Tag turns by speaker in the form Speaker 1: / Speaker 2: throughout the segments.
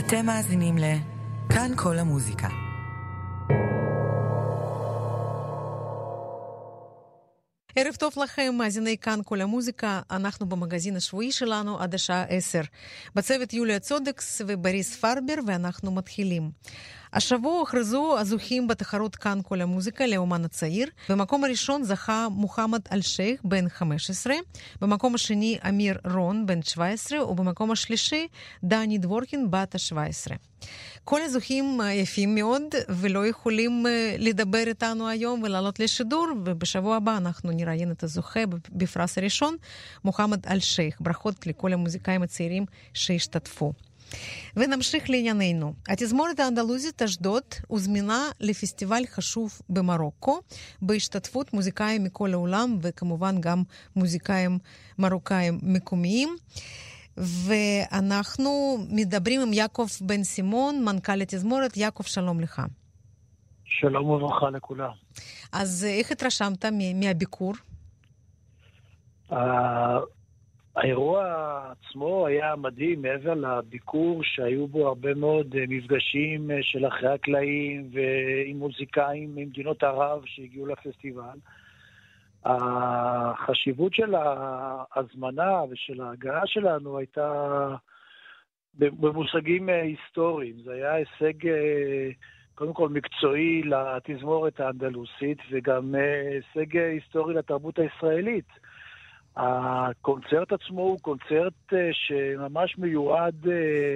Speaker 1: אתם מאזינים כאן כל המוזיקה.
Speaker 2: ערב טוב לכם, מאזיני כאן כל המוזיקה. אנחנו במגזין השבועי שלנו עד השעה 10. בצוות יוליה צודקס ובריס פרבר, ואנחנו מתחילים. השבוע הוכרזו הזוכים בתחרות כאן כל המוזיקה לאומן הצעיר. במקום הראשון זכה מוחמד אל-שייח בן 15, במקום השני אמיר רון בן 17, ובמקום השלישי דני דבורקין בת 17. כל הזוכים יפים מאוד ולא יכולים לדבר איתנו היום ולעלות לשידור, ובשבוע הבא אנחנו נראיין את הזוכה בפרס הראשון, מוחמד אל-שייח. ברכות לכל המוזיקאים הצעירים שהשתתפו. ונמשיך לענייננו. התזמורת האנדלוזית אשדוד הוזמנה לפסטיבל חשוב במרוקו, בהשתתפות מוזיקאים מכל העולם, וכמובן גם מוזיקאים מרוקאים מקומיים. ואנחנו מדברים עם יעקב בן סימון, מנכ"ל התזמורת. יעקב, שלום לך.
Speaker 3: שלום וברכה לכולם.
Speaker 2: אז איך התרשמת מהביקור?
Speaker 3: האירוע עצמו היה מדהים, מעבר לביקור שהיו בו הרבה מאוד מפגשים של אחרי הקלעים ועם מוזיקאים ממדינות ערב שהגיעו לפסטיבל. החשיבות של ההזמנה ושל ההגעה שלנו הייתה במושגים היסטוריים. זה היה הישג קודם כל מקצועי לתזמורת האנדלוסית, וגם הישג היסטורי לתרבות הישראלית. הקונצרט עצמו הוא קונצרט שממש מיועד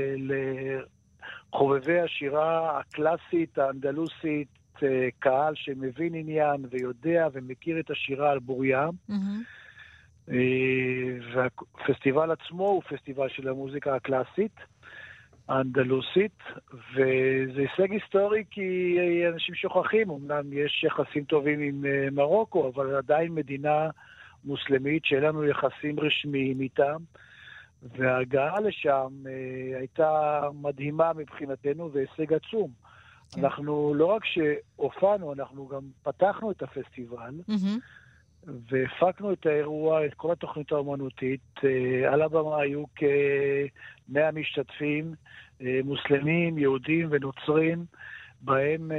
Speaker 3: לחובבי השירה הקלאסית האנדלוסית, קהל שמבין עניין ויודע ומכיר את השירה על בוריים. והפסטיבל עצמו הוא פסטיבל של המוזיקה הקלאסית האנדלוסית, וזה הישג היסטורי כי אנשים שוכחים, אמנם יש יחסים טובים עם מרוקו, אבל עדיין מדינה מוסלמית שאין לנו יחסים רשמיים איתם, וההגעה לשם הייתה מדהימה מבחינתנו והישג עצום. כן. אנחנו לא רק שהופענו, אנחנו גם פתחנו את הפסטיבל, והפקנו את האירוע, את כל התוכנית האומנותית. על הבמה היו כ-100 משתתפים, מוסלמים, יהודים ונוצרים, בהם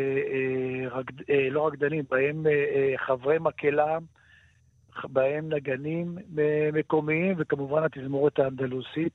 Speaker 3: לא רקדנים, בהם חברי מקהלה, בהם נגנים מקומיים, וכמובן התזמורת האנדלוסית,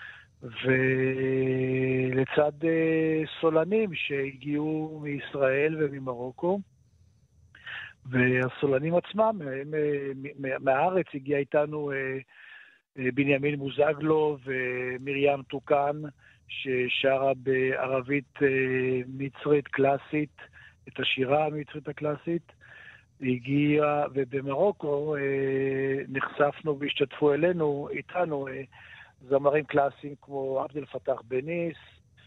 Speaker 3: ולצד סולנים שהגיעו מישראל וממרוקו. והסולנים עצמם, מהארץ הגיע איתנו בנימין מוזגלו ומרים טוקן, ששרה בערבית מצרית קלאסית, את השירה המצרית הקלאסית. הגיע, ובמרוקו נחשפנו והשתתפו איתנו זמרים קלאסיים כמו עבד אל פתח בניס,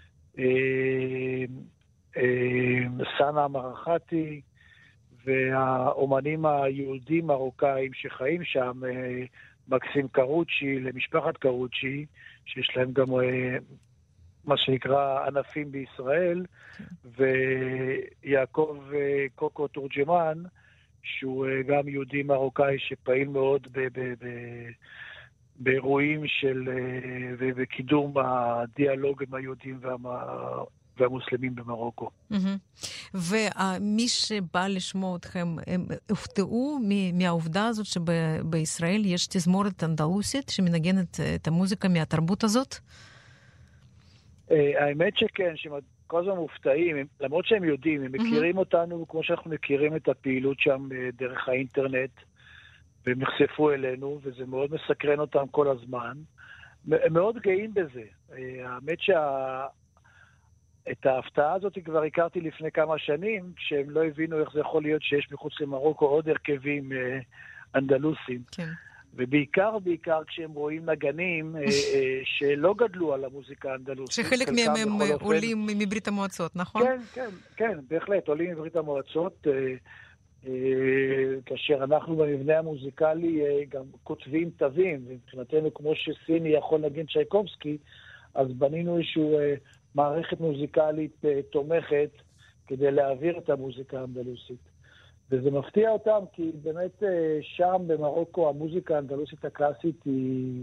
Speaker 3: סנה מרחתי, והאומנים היהודים מרוקאים שחיים שם, מקסים קרוצ'י, למשפחת קרוצ'י, שיש להם גם מה שנקרא ענפים בישראל, ויעקב קוקו תורג'מן, שהוא גם יהודי מרוקאי שפעיל מאוד באירועים של ובקידום הדיאלוג עם היהודים והמוסלמים במרוקו.
Speaker 2: ומי שבא לשמוע אתכם, הם הופתעו מהעובדה הזאת שבישראל יש תזמורת אנדלוסית שמנגנת את המוזיקה מהתרבות הזאת?
Speaker 3: האמת שכן, כל הזמן מופתעים, למרות שהם יודעים, הם מכירים אותנו כמו שאנחנו מכירים את הפעילות שם דרך האינטרנט, והם נחשפו אלינו, וזה מאוד מסקרן אותם כל הזמן. הם מאוד גאים בזה. האמת את ההפתעה הזאת כבר הכרתי לפני כמה שנים, כשהם לא הבינו איך זה יכול להיות שיש מחוץ למרוקו עוד הרכבים אנדלוסים. כן. ובעיקר כשהם רואים נגנים שלא גדלו על המוזיקה האנדלוסית.
Speaker 2: שחלק מהם הם עולים מברית המועצות, נכון?
Speaker 3: כן, בהחלט, עולים מברית המועצות, כאשר אנחנו במבנה המוזיקלי גם כותבים תווים, ומבחינתנו כמו שסיני יכול להגיד צ'ייקובסקי, אז בנינו איזושהי מערכת מוזיקלית תומכת כדי להעביר את המוזיקה האנדלוסית. וזה מפתיע אותם, כי באמת שם במרוקו המוזיקה האנדלוסית הקלאסית היא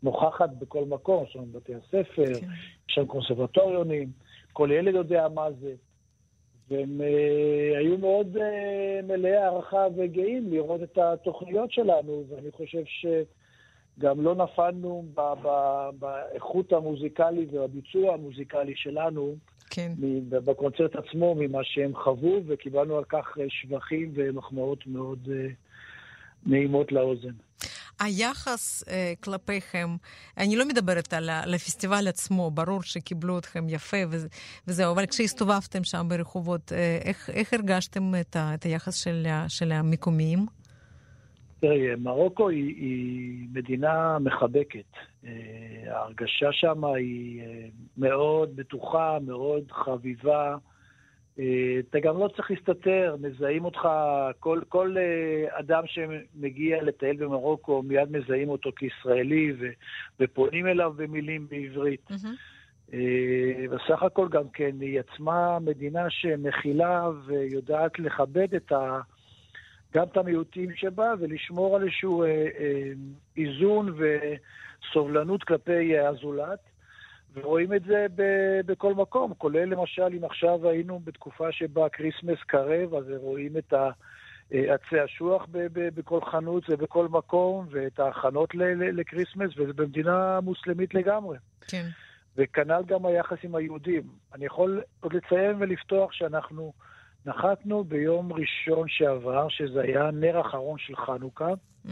Speaker 3: נוכחת בכל מקום, יש שם בתי הספר, יש שם קונסרבטוריונים, כל ילד יודע מה זה. והם היו מאוד מלאי הערכה וגאים לראות את התוכניות שלנו, ואני חושב שגם לא נפלנו באיכות המוזיקלית והביצוע המוזיקלי שלנו,
Speaker 2: כן.
Speaker 3: בקונצרט עצמו, ממה שהם חוו, וקיבלנו על כך שבחים ומחמאות מאוד נעימות לאוזן.
Speaker 2: היחס כלפיכם, אני לא מדברת על הפסטיבל עצמו, ברור שקיבלו אתכם יפה וזהו, אבל כשהסתובבתם שם ברחובות, איך הרגשתם את היחס של המקומיים?
Speaker 3: תראי, מרוקו היא מדינה מחבקת. ההרגשה שם היא מאוד בטוחה, מאוד חביבה. אתה גם לא צריך להסתתר, מזהים אותך, כל אדם שמגיע לטייל במרוקו, מיד מזהים אותו כישראלי, ופונים אליו במילים בעברית. בסך הכל גם כן, היא עצמה מדינה שמכילה ויודעת לכבד גם את המיעוטים שבה, ולשמור על איזשהו איזון וסובלנות כלפי הזולת. ורואים את זה בכל מקום, כולל למשל אם עכשיו היינו בתקופה שבה קריסמס קרב, אז רואים את עצי השוח בכל חנות ובכל מקום, ואת ההכנות לקריסמס, וזה במדינה מוסלמית לגמרי.
Speaker 2: כן.
Speaker 3: וכנ"ל גם היחס עם היהודים. אני יכול עוד לציין ולפתוח שאנחנו נחתנו ביום ראשון שעבר, שזה היה נר אחרון של חנוכה,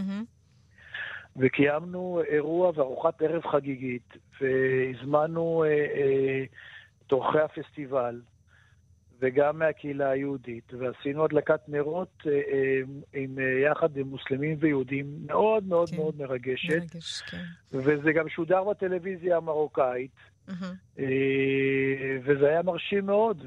Speaker 3: וקיימנו אירוע וארוחת ערב חגיגית, והזמנו את אורחי הפסטיבל, וגם מהקהילה היהודית, ועשינו הדלקת נרות יחד עם מוסלמים ויהודים, מאוד מאוד
Speaker 2: כן.
Speaker 3: מאוד מרגשת.
Speaker 2: מרגש, כן.
Speaker 3: וזה גם שודר בטלוויזיה המרוקאית, וזה היה מרשים מאוד,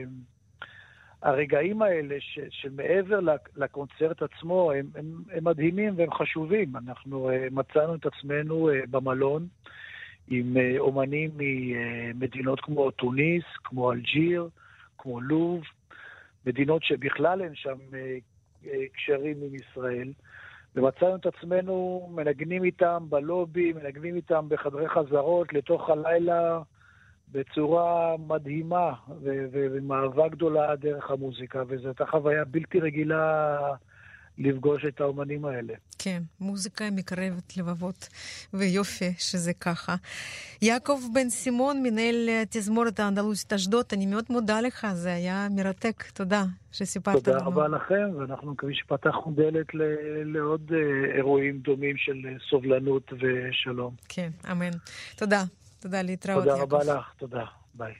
Speaker 3: הרגעים האלה שמעבר לקונצרט עצמו הם מדהימים והם חשובים. אנחנו מצאנו את עצמנו במלון עם אומנים ממדינות כמו טוניס, כמו אלג'יר, כמו לוב, מדינות שבכלל אין שם קשרים עם ישראל, ומצאנו את עצמנו מנגנים איתם בלובי, מנגנים איתם בחדרי חזרות לתוך הלילה, בצורה מדהימה ומאהבה גדולה דרך המוזיקה, וזו הייתה חוויה בלתי רגילה לפגוש את האומנים האלה.
Speaker 2: כן, מוזיקה מקרבת לבבות, ויופי שזה ככה. יעקב בן סימון, מנהל תזמורת האנדלוסית אשדוד, אני מאוד מודה לך, זה היה מרתק, תודה שסיפרת לנו.
Speaker 3: תודה רבה לכם, ואנחנו מקווים שפתחנו דלת לעוד אירועים דומים של סובלנות ושלום.
Speaker 2: כן, אמן. תודה. תודה להתראות,
Speaker 3: יעקב.
Speaker 2: יעקב.
Speaker 3: תודה רבה לך, תודה. ביי.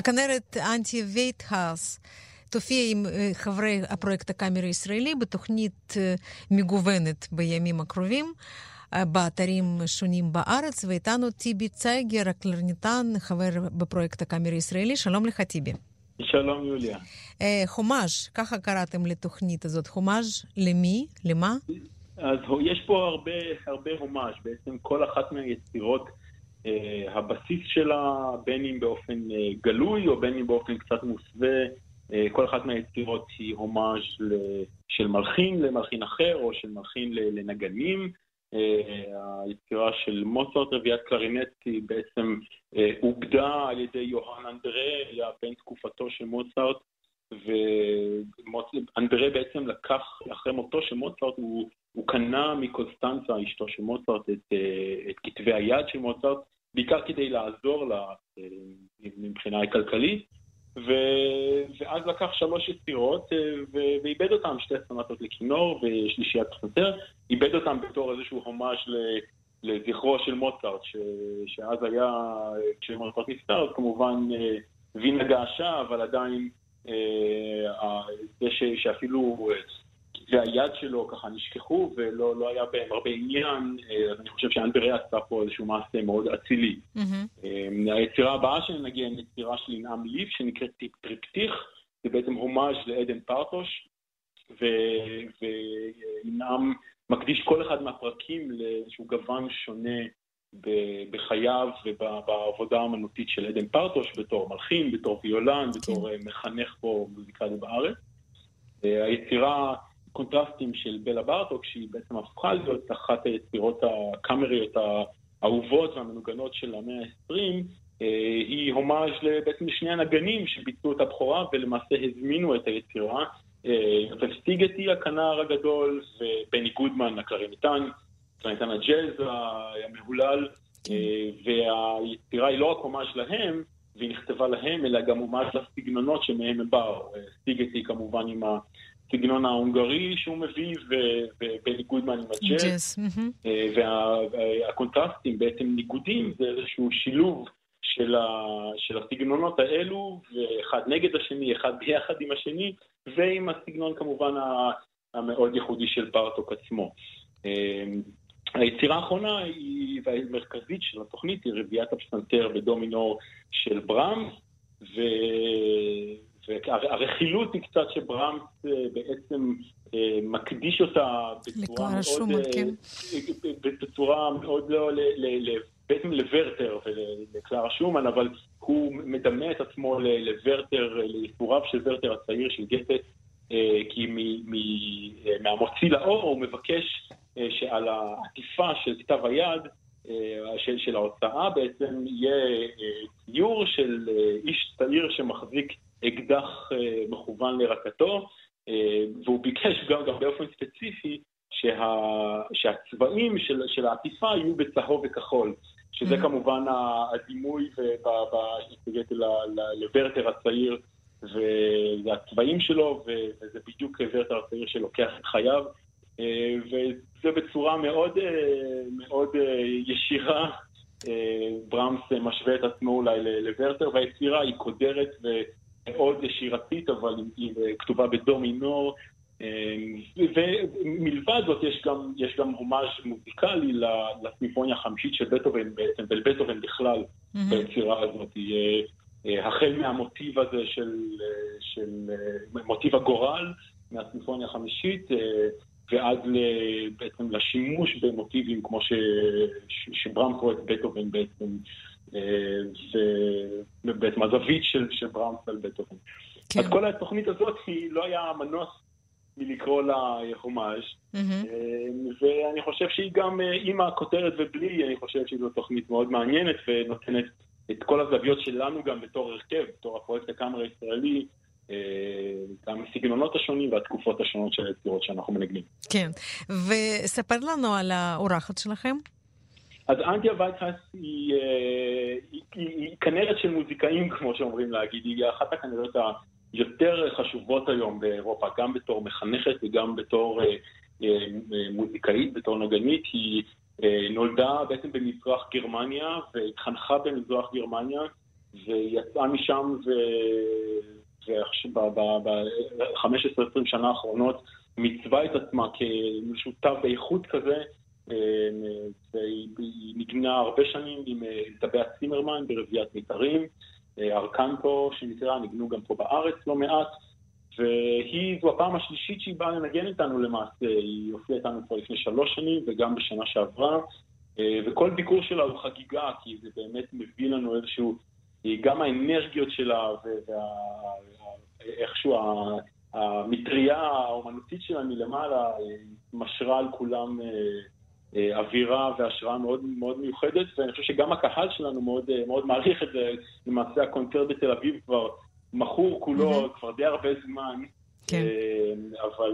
Speaker 2: הכנרת אנטי וייטהאס תופיע עם חברי הפרויקט הקאמרי הישראלי בתוכנית מגוונת בימים הקרובים באתרים שונים בארץ, ואיתנו טיבי צייגר, הקלרניטן, חבר בפרויקט הקאמרי הישראלי. שלום לך טיבי.
Speaker 4: שלום יוליה.
Speaker 2: חומאז', ככה קראתם לתוכנית הזאת. חומאז' למי? למה?
Speaker 4: אז יש פה הרבה הומאז'. בעצם כל אחת מהיצירות, הבסיס שלה, בין אם באופן גלוי או בין אם באופן קצת מוסווה, כל אחת מהיצירות היא הומאז' של מלחין למלחין אחר או של מלחין לנגנים. היצירה של מוצרט, רביעיית קלרינט, היא בעצם עובדה על ידי יוהאן אנדרה, היה בן תקופתו של מוצרט, ואנדרה בעצם לקח, אחרי מותו של מוצרט, הוא קנה מקונסטנצה, אשתו של מוצרט, את כתבי היד של מוצרט, בעיקר כדי לעזור לה מבחינה כלכלית, ואז לקח 3 יצירות ואיבד אותם, 2 סונטות לכינור ושלישיית פסנתר, איבד אותם בתור איזשהו הומאז' לזכרו של מוצרט, שאז היה, כשמוצרט נפטר, אז כמובן וינה געשה, אבל עדיין זה שאפילו והיד שלו ככה נשכחו ולא היה בהם הרבה עניין, אז אני חושב שאנדרה עשה פה איזשהו מעשה מאוד אצילי. היצירה הבאה שנגיע היא יצירה של ינעם ליף שנקראת טריפטיך, זה בעצם הומאז' לעדן פרטוש, וינעם מקדיש כל אחד מהפרקים לאיזשהו גוון שונה בחייו ובעבודה האמנותית של עדן פרטוש, בתור מלחין, בתור ויולן, בתור מחנך פה מוזיקלי בארץ. היצירה קונטרסטים של בלה בארטוק, שהיא בעצם הפכה להיות אחת היצירות הקאמריות האהובות והמנוגנות של המאה ה-20, היא הומאז' בעצם לשני הנגנים שביצעו את הבכורה ולמעשה הזמינו את היצירה. וסטיגטי הכנר הגדול ובני גודמן הקלרינטן, קלרינטן הג'אז המהולל, והיצירה היא לא רק הומאז' להם והיא נכתבה להם, אלא גם הומאז' לסגנונות שמהם הם באו. סטיגטי כמובן עם הסגנון ההונגרי שהוא מביא, ובני גודמן עם הג'אז, והקונטרסטים בעצם ניגודים, זה איזשהו שילוב של הסגנונות האלו, ואחד נגד השני, אחד ביחד עם השני, ועם הסגנון כמובן המאוד ייחודי של בארטוק עצמו. היצירה האחרונה והמרכזית של התוכנית היא רביעיית הפסנתר בדו מינור של ברמס, והרכילות היא קצת שברמס בעצם מקדיש אותה בצורה מאוד לא בעצם לוורטר ולקלרה שומן, אבל הוא מדמה את עצמו לוורטר, ליצוריו של וורטר הצעיר של גתה, כי מהמוציא לאור הוא מבקש שעל העטיפה של כתב היד של ההוצאה בעצם יהיה ציור של איש צעיר שמחזיק אקדח מכוון לרקתו, והוא ביקש גם באופן ספציפי שהצבעים של העטיפה יהיו בצהוב וכחול, שזה כמובן הדימוי לוורטר הצעיר והצבעים שלו, וזה בדיוק וורטר הצעיר שלוקח את חייו, וזה בצורה מאוד מאוד ישירה. ברמס משווה את עצמו אולי לוורטר, והיצירה היא קודרת ומאוד ישירתית, אבל היא כתובה בדו מינור, ומלבד זאת יש גם הומאז' מוזיקלי לסימפוניה החמישית של בטהובן בעצם, ולבטהובן בכלל ביצירה הזאת. החל מהמוטיב הזה של מוטיב הגורל מהסימפוניה החמישית, ועד בעצם לשימוש במוטיבים כמו שברמס רואה את בטהובן בעצם, ובעצם הזווית של ברמס על בטהובן. אז כל התוכנית הזאת היא לא היה מנוס מלקרוא לה הומאז', ואני חושב שהיא גם עם הכותרת ובלי, אני חושב שזו תוכנית מאוד מעניינת ונותנת את כל הזוויות שלנו גם בתור הרכב, בתור הפרויקט הקאמרי הישראלי, גם הסגנונות השונים והתקופות השונות של היצירות שאנחנו מנגנים.
Speaker 2: כן, וספר לנו על האורחת שלכם.
Speaker 4: אז אנטיה וייטהאס היא כנרת של מוזיקאים, כמו שאומרים להגיד, היא אחת הכנרות היותר חשובות היום באירופה, גם בתור מחנכת וגם בתור מוזיקאית, בתור נגנית. היא נולדה בעצם במזרח גרמניה והתחנכה במזרח גרמניה, ויצאה משם ב-15-20 שנה האחרונות מצווה את עצמה כאיזשהו תו באיכות כזה, והיא נגנה הרבה שנים עם טבעת צימרמן ברביעיית מיתרים, ארקנטו שנקרא, נגנו גם פה בארץ לא מעט, זו הפעם השלישית שהיא באה לנגן איתנו למעשה, היא הופיעה איתנו כבר לפני 3 שנים וגם בשנה שעברה, וכל ביקור שלה הוא חגיגה, כי זה באמת מביא לנו איזשהו, גם האנרגיות שלה ואיכשהו המטריה האומנותית שלה מלמעלה משרה על כולם אווירה והשראה מאוד מאוד מיוחדת, ואני חושב שגם הקהל שלנו מאוד, מאוד מעריך את זה. למעשה הקונצרט בתל אביב כבר מכור כולו, כבר די הרבה זמן, אבל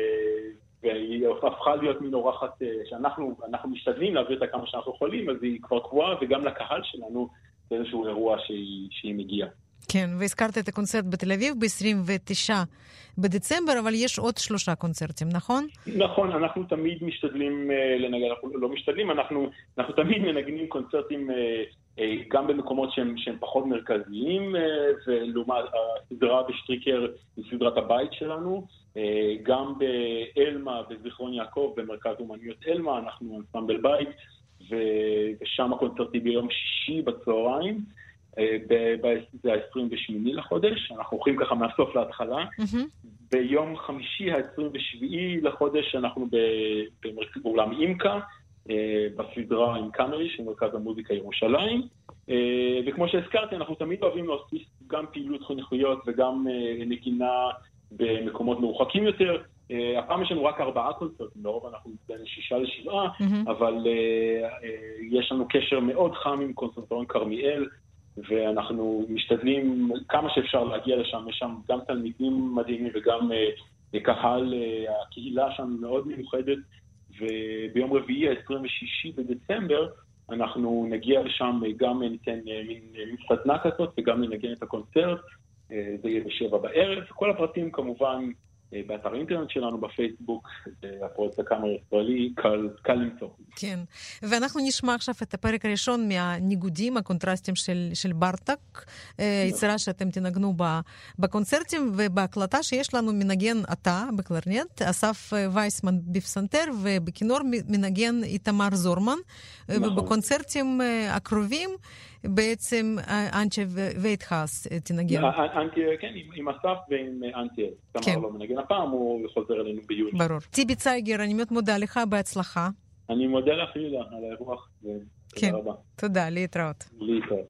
Speaker 4: והיא הפכה להיות מין אורחת שאנחנו משתדלים להביא אותה כמה שאנחנו יכולים, אז היא כבר קבועה, וגם לקהל שלנו זה איזשהו אירוע שהיא מגיעה.
Speaker 2: כן, והזכרת את הקונצרט בתל אביב ב-29 בדצמבר, אבל יש עוד 3 קונצרטים, נכון?
Speaker 4: נכון, אנחנו תמיד משתדלים לנגן, אנחנו לא משתדלים, אנחנו תמיד מנגנים קונצרטים גם במקומות שהם פחות מרכזיים, ולעומת הסדרה בשטריקר היא סדרת הבית שלנו, גם באלמה, בזיכרון יעקב, במרכז אומנויות אלמה, אנחנו אנסמבל בית, ושם הקונצרטי ביום שישי בצהריים, זה ה-28 לחודש, אנחנו הולכים ככה מהסוף להתחלה. ביום חמישי ה-27 לחודש אנחנו באולם אימקה, בסדרה עם קאמרי של מרכז המוזיקה ירושלים, וכמו שהזכרתי, אנחנו תמיד אוהבים להוסיף גם פעילות חינוכיות וגם נגינה במקומות מרוחקים יותר. הפעם יש לנו רק 4 קונצרטים, לרוב אנחנו בין 6-7, אבל יש לנו קשר מאוד חם עם קונסרבטוריון כרמיאל, ואנחנו משתדלים כמה שאפשר להגיע לשם, יש שם גם תלמידים מדהימים וגם קהל, הקהילה שם מאוד מיוחדת, וביום רביעי ה-26 בדצמבר אנחנו נגיע לשם גם ניתן מין סדנה כזאת וגם ננגן את הקונצרט, זה יהיה ב7 בערב, כל הפרטים כמובן באתר האינטרנט שלנו, בפייסבוק, הפרויקט הקאמרי הישראלי, קל למצוא.
Speaker 2: כן, ואנחנו נשמע עכשיו את הפרק הראשון מהניגודים, הקונטרסטים של ברטק, יצירה שאתם תנגנו בקונצרטים, ובהקלטה שיש לנו מנגן אתה בקלרנט, אסף וייסמן בפסנתר, ובכינור מנגן איתמר זורמן, ובקונצרטים הקרובים בעצם אנטיה ואיתחס תנגן.
Speaker 4: כן, עם אסף ועם אנטיה. תמר לא מנגן הפעם, הוא חוזר אלינו ביוני.
Speaker 2: ברור. טיבי צייגר, אני מאוד מודה לך, בהצלחה.
Speaker 4: אני מודה לך, יהודה, על האירוח, ותודה רבה.
Speaker 2: תודה, להתראות.
Speaker 4: להתראות.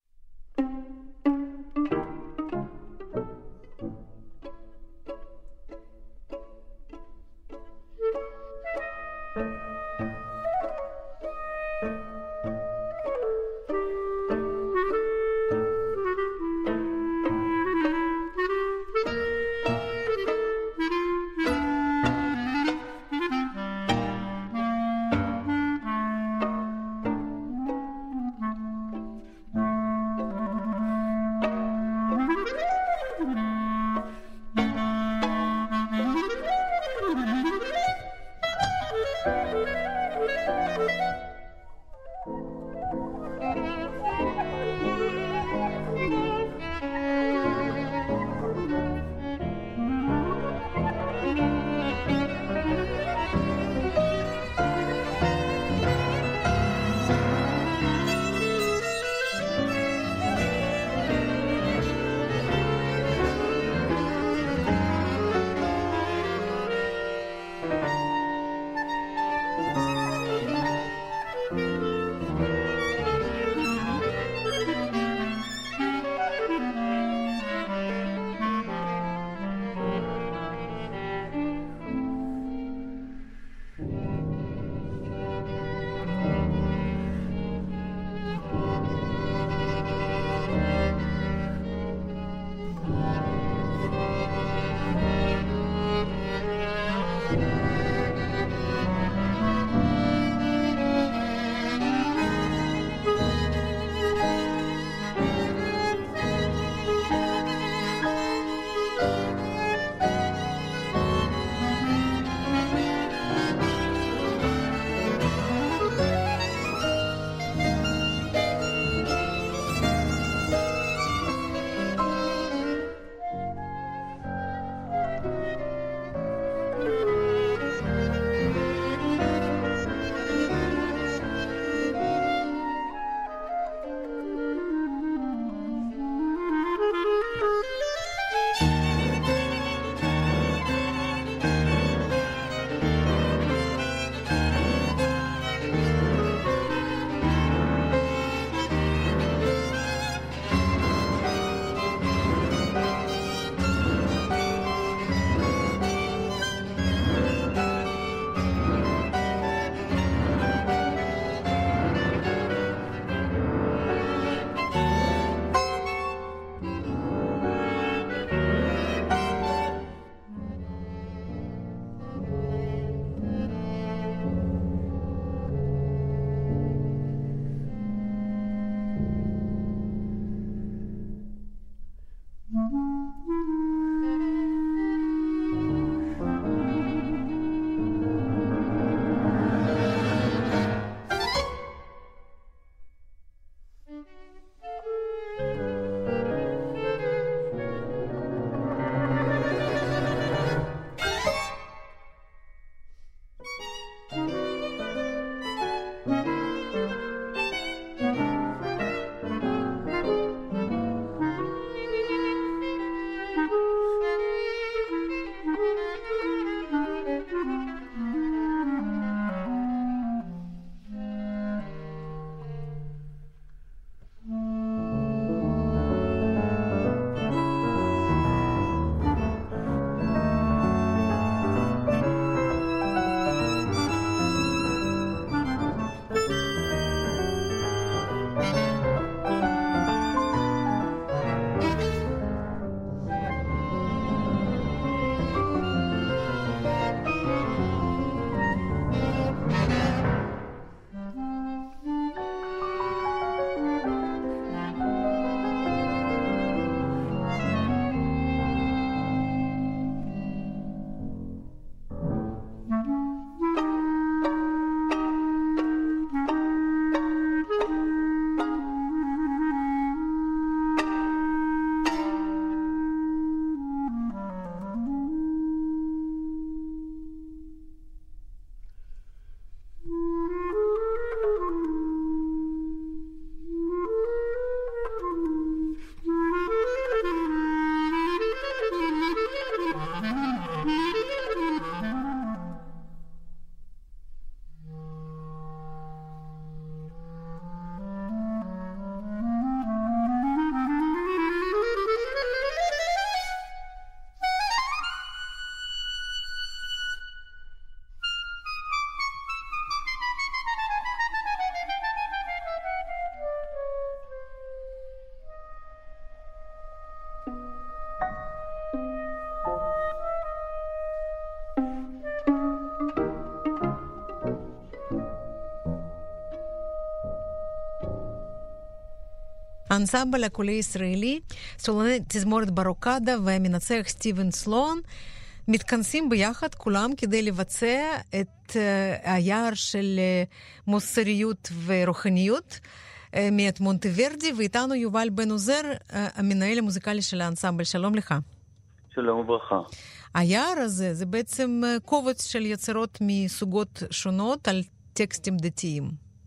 Speaker 2: האנסמבל הקולי ישראלי, סולני תזמורת ברוקדה והמנצח סטיבן סלון, מתכנסים ביחד כולם כדי לבצע את היער של מוסריות ורוחניות מאת מונטוורדי, ואיתנו יובל בן עוזר, המנהל המוזיקלי של האנסמבל. שלום לך.
Speaker 5: שלום וברכה.
Speaker 2: היער הזה זה בעצם קובץ של יצירות מסוגות שונות על טקסטים דתיים.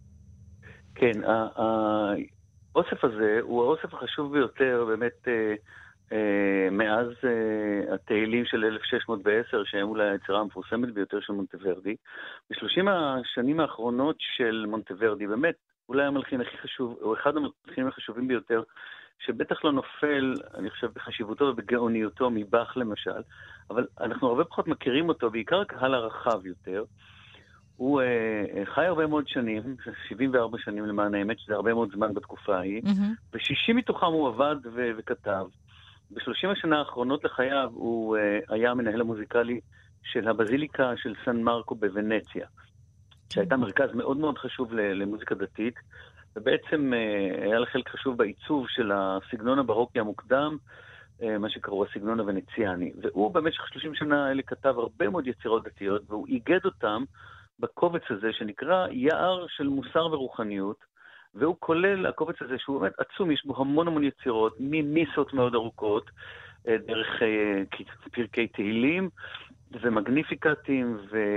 Speaker 5: כן, האוסף הזה הוא האוסף החשוב ביותר באמת מאז התהילים של 1610, שהם אולי היצירה המפורסמת ביותר של מונטוורדי. ב-30 השנים האחרונות של מונטוורדי, באמת, אולי המלחין הכי חשוב, או אחד המלחינים החשובים ביותר, שבטח לא נופל, אני חושב, בחשיבותו ובגאוניותו מבח למשל, אבל אנחנו הרבה פחות מכירים אותו, בעיקר הקהל הרחב יותר. הוא חי הרבה מאוד שנים, 74 שנים למען האמת, שזה הרבה מאוד זמן בתקופה ההיא, ו60 מתוכם הוא עבד וכתב. ב-30 השנה האחרונות לחייו הוא היה המנהל המוזיקלי של הבזיליקה של סן מרקו בוונציה, שהייתה מרכז מאוד מאוד חשוב למוזיקה דתית, ובעצם היה לה חלק חשוב בעיצוב של הסגנון הברוקי המוקדם, מה שקראו הסגנון הוונציאני. והוא במשך 30 שנה האלה כתב הרבה מאוד יצירות דתיות, והוא איגד אותם בקובץ הזה שנקרא יער של מוסר ורוחניות, והוא כולל הקובץ הזה שהוא באמת עצום, יש בו המון המון יצירות, ממיסות מאוד ארוכות, דרך פרקי תהילים ומגניפיקטים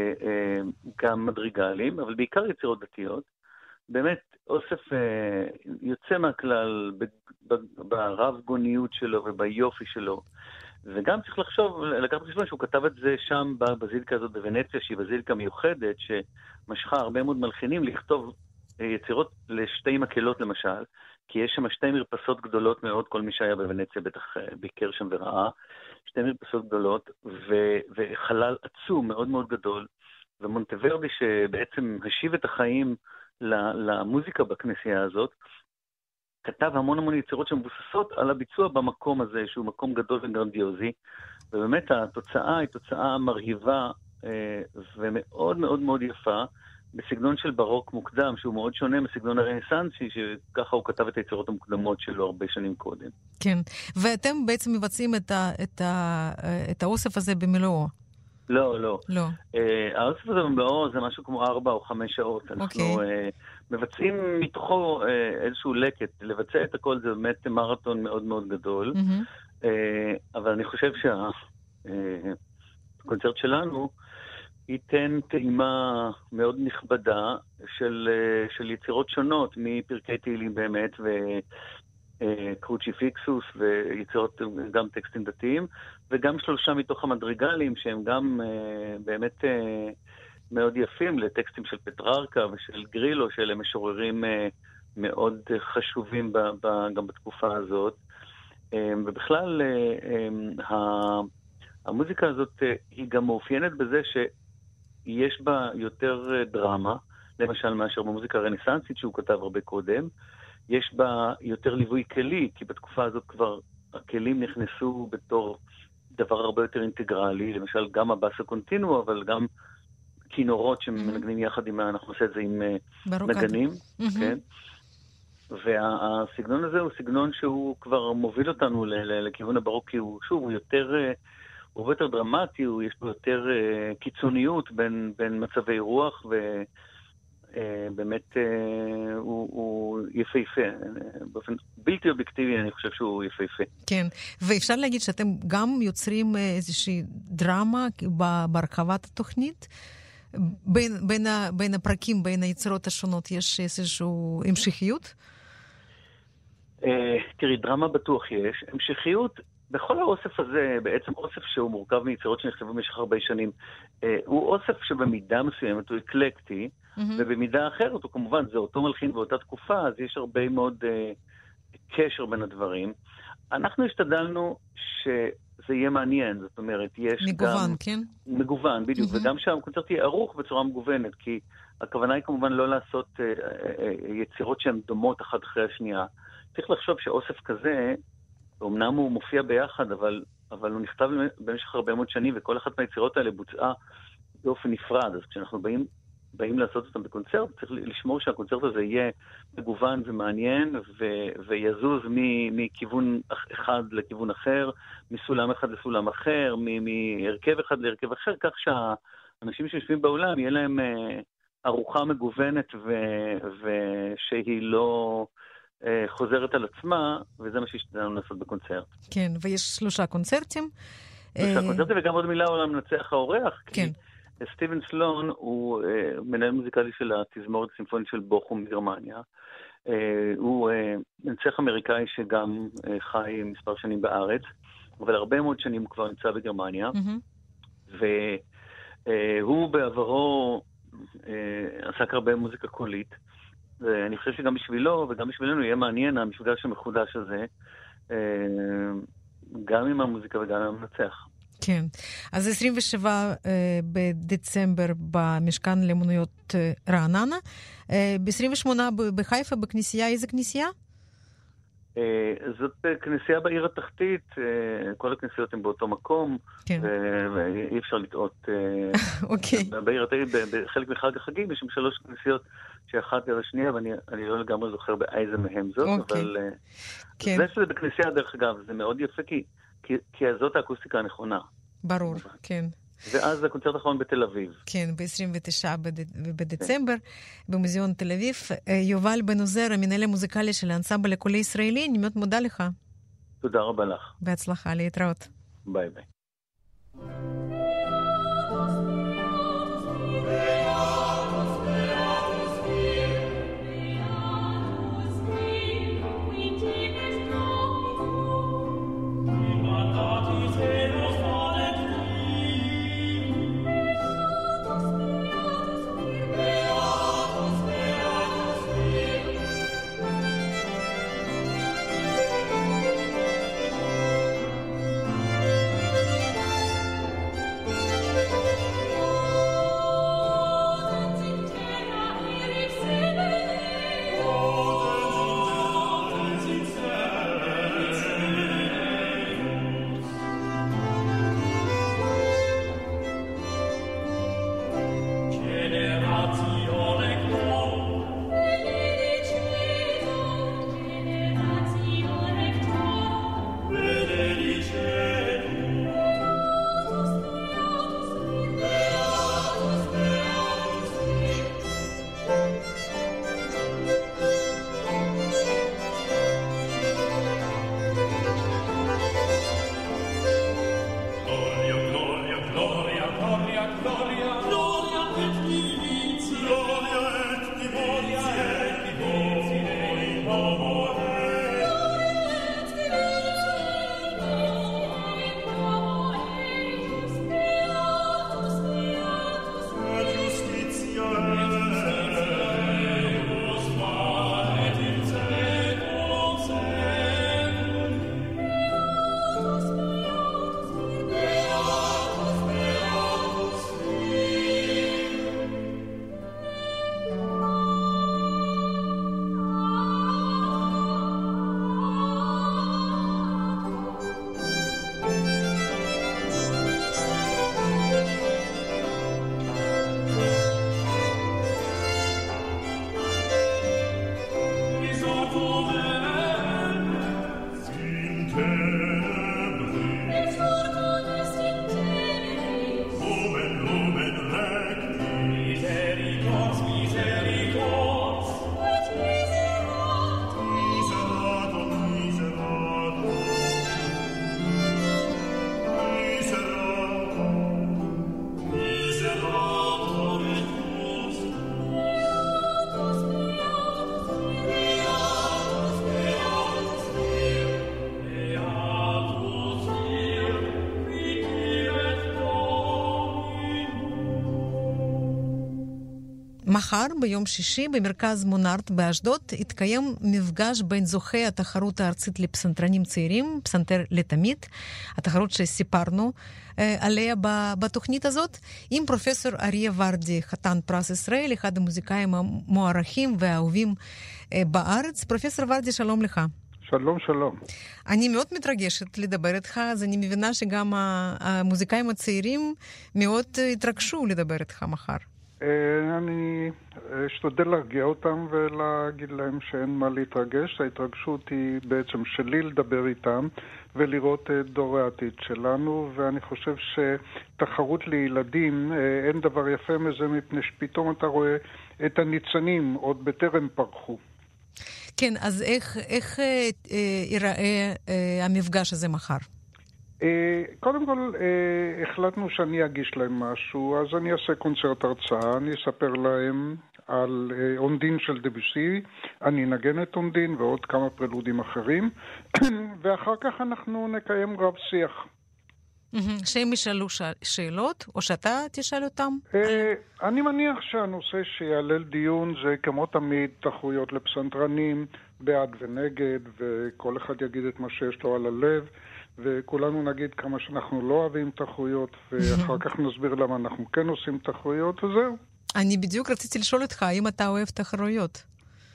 Speaker 5: וגם מדריגלים, אבל בעיקר יצירות דתיות. באמת אוסף יוצא מהכלל ברב גוניות שלו וביופי שלו, וגם צריך לקחת בחשבון שהוא כתב את זה שם בבזיליקה הזאת בוונציה, שהיא בזיליקה מיוחדת שמשכה הרבה מאוד מלחינים לכתוב יצירות לשתי מקהלות למשל, כי יש שם שתי מרפסות גדולות מאוד, כל מי שהיה בוונציה בטח ביקר שם וראה, שתי מרפסות גדולות וחלל עצום מאוד מאוד גדול, ומונטוורדי שבעצם השיב את החיים למוזיקה בכנסייה הזאת, כתב המון המון יצירות שמבוססות על הביצוע במקום הזה, שהוא מקום גדול וגרנדיוזי, ובאמת התוצאה היא תוצאה מרהיבה ומאוד מאוד מאוד יפה, בסגנון של ברוק מוקדם, שהוא מאוד שונה מסגנון הרנסנסי, שככה הוא כתב את היצירות המוקדמות שלו הרבה שנים קודם.
Speaker 2: כן, ואתם בעצם מבצעים את האוסף הזה במלואו?
Speaker 5: לא. האוסף הזה במלואו זה משהו כמו 4 או 5 שעות. אנחנו מבצעים מתוכו איזשהו לקט. לבצע את הכל זה באמת מרתון מאוד מאוד גדול. אבל אני חושב שהקונצרט שלנו ייתן טעימה מאוד נכבדה של יצירות שונות, מפרקי תהילים באמת, וקרוצ'יפיקסוס, ויצירות גם טקסטים דתיים, וגם 3 מתוך המדריגלים, שהם גם באמת מאוד יפים, לטקסטים של פטררקה ושל גרילו, שאלה משוררים מאוד חשובים גם בתקופה הזאת. ובכלל, המוזיקה הזאת היא גם מאופיינת בזה יש בה יותר דרמה, למשל מאשר במוזיקה הרנסנסית שהוא כתב הרבה קודם. יש בה יותר ליווי כלי, כי בתקופה הזאת כבר הכלים נכנסו בתור דבר הרבה יותר אינטגרלי, למשל גם הבאס הקונטינו, אבל גם כינורות שמנגנים יחד עם, אנחנו עושה את זה עם נגנים, כן? והסגנון הזה הוא סגנון שהוא כבר מוביל אותנו לכיוון הברוקי, הוא שוב, הוא הרבה יותר דרמטי, יש בו יותר קיצוניות בין מצבי רוח, ובאמת הוא יפהפה. באופן בלתי אובייקטיבי אני חושב שהוא יפהפה.
Speaker 2: כן, ואפשר להגיד שאתם גם יוצרים איזושהי דרמה בהרחבת התוכנית? בין הפרקים, בין היצירות השונות, יש איזושהי המשכיות?
Speaker 5: תראי, דרמה בטוח יש. המשכיות בכל האוסף הזה, בעצם אוסף שהוא מורכב מיצירות שנכתבו במשך הרבה שנים, הוא אוסף שבמידה מסוימת הוא אקלקטי, ובמידה אחרת הוא כמובן, זה אותו מלחין באותה תקופה, אז יש הרבה מאוד קשר בין הדברים. אנחנו השתדלנו שזה יהיה מעניין, זאת אומרת, יש
Speaker 2: מגוון,
Speaker 5: גם...
Speaker 2: כן?
Speaker 5: מגוון, בדיוק, וגם שהקונצרט יהיה ערוך בצורה מגוונת, כי הכוונה היא כמובן לא לעשות יצירות שהן דומות אחת אחרי השנייה. צריך לחשוב שאוסף כזה, אמנם הוא מופיע ביחד, אבל הוא נכתב במשך הרבה מאוד שנים, וכל אחת מהיצירות האלה בוצעה באופן נפרד. אז כשאנחנו באים באים לעשות אותם בקונצרט, צריך לשמור שהקונצרט הזה יהיה מגוון ומעניין, ויזוז מכיוון אחד לכיוון אחר, מסולם אחד לסולם אחר, מהרכב אחד להרכב אחר, כך שהאנשים שיושבים באולם יהיה להם ארוחה מגוונת ושהיא לא חוזרת על עצמה, וזה מה שהשתדלנו לעשות בקונצרט.
Speaker 2: כן, ויש 3 קונצרטים.
Speaker 5: 3 קונצרטים, וגם עוד מילה על המנצח האורח,
Speaker 2: כן.
Speaker 5: כי סטיבן סלון הוא מנהל מוזיקלי של התזמורת הסימפונית של בוכום בגרמניה. הוא מנצח אמריקאי שגם חי מספר שנים בארץ, אבל הרבה מאוד שנים הוא כבר נמצא בגרמניה, והוא בעברו עסק הרבה מוזיקה קולית, ואני חושב שגם בשבילו וגם בשבילנו יהיה מעניין המפגש המחודש הזה, גם עם המוזיקה וגם עם המנצח.
Speaker 2: כן. אז 27 בדצמבר במשכן לאמנויות רעננה, ב-28 בחיפה בכנסייה, איזה כנסייה?
Speaker 5: זאת כנסייה בעיר התחתית, כל הכנסיות הן באותו מקום, ואי אפשר לטעות. בעיר התחתית, בחלק מחג החגים, יש שם 3 כנסיות שאחת על השנייה, ואני לא לגמרי זוכר באיזה מהם זאת, אבל זה שזה בכנסייה דרך אגב, זה מאוד יפה, כי זאת האקוסטיקה הנכונה.
Speaker 2: ברור, כן.
Speaker 5: ואז הקונצרט האחרון בתל אביב.
Speaker 2: כן, ב-29 בדצמבר, במוזיאון תל אביב. יובל בן עוזר, המנהל המוזיקלי של האנסמבל הקולי ישראלי, אני מאוד מודה לך.
Speaker 5: תודה רבה לך.
Speaker 2: בהצלחה, להתראות.
Speaker 5: ביי ביי.
Speaker 2: מחר, ביום שישי, במרכז מונארט באשדוד, יתקיים מפגש בין זוכי התחרות הארצית לפסנתרנים צעירים, פסנתר לתמיד, התחרות שסיפרנו עליה בתוכנית הזאת, עם פרופסור אריה ורדי, חתן פרס ישראל, אחד המוזיקאים המוערכים והאהובים בארץ. פרופסור ורדי, שלום לך.
Speaker 6: שלום, שלום.
Speaker 2: אני מאוד מתרגשת לדבר איתך, אז אני מבינה שגם המוזיקאים הצעירים מאוד התרגשו לדבר איתך מחר.
Speaker 6: אני להשתדל להרגיע אותם ולהגיד להם שאין מה להתרגש. ההתרגשות היא בעצם שלי לדבר איתם ולראות את דור העתיד שלנו, ואני חושב שתחרות לילדים אין דבר יפה מזה, מפני שפתאום אתה רואה את הניצנים עוד בטרם פרחו.
Speaker 2: כן, אז איך ייראה המפגש הזה מחר?
Speaker 6: קודם כל, החלטנו שאני אגיש להם משהו, אז אני אעשה קונצרט הרצאה, אני אספר להם על אונדין של דביסי, אני אנגן את אונדין ועוד כמה פרלודים אחרים, ואחר כך אנחנו נקיים רב שיח.
Speaker 2: שהם ישאלו שאלות, או שאתה תשאל אותם?
Speaker 6: אני מניח שהנושא שיעלה לדיון זה כמו תמיד תחרויות לפסנתרנים, בעד ונגד, וכל אחד יגיד את מה שיש לו על הלב, וכולנו נגיד כמה שאנחנו לא אוהבים תחרויות, ואחר כך נסביר למה אנחנו כן עושים תחרויות, וזהו.
Speaker 2: אני בדיוק רציתי לשאול אותך, האם אתה אוהב תחרויות?